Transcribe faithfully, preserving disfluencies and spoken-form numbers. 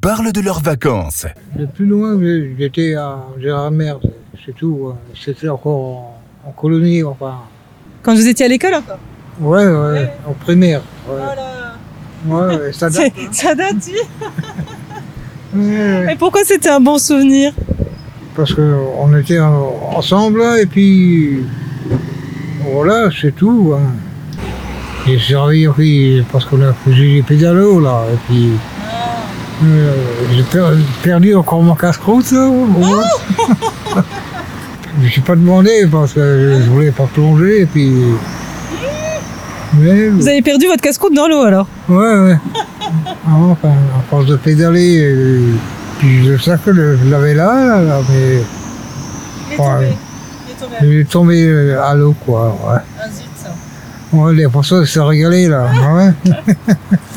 parlent de leurs vacances. Le plus loin, j'étais à Gérardmer, c'est tout. C'était encore en, en colonie, enfin. Quand vous étiez à l'école encore? Ouais, ouais, ouais, en primaire. Ouais, Voilà. ouais, ouais, ça date. C'est- Ça date, oui. Ouais, ouais. Et pourquoi c'était un bon souvenir? Parce qu'on était en- ensemble, là, et puis voilà, c'est tout. Hein. J'ai servi aussi parce qu'on a fait les pédalos, là, et puis euh, j'ai per- perdu encore mon casse-croûte, là. Ouais. Je ne suis pas demandé parce que je voulais pas plonger, et puis... Mais, Vous avez perdu votre casse-croûte dans l'eau alors? ouais, ouais. Ah, enfin, à force de pédaler, euh, puis le sac, je l'avais là, là, là, mais... Il est Ouais. tombé. Il est tombé. Il est tombé euh, à l'eau, quoi, ouais. Ah zut, ça. Ouais, les personnes se sont régalées, là, ouais.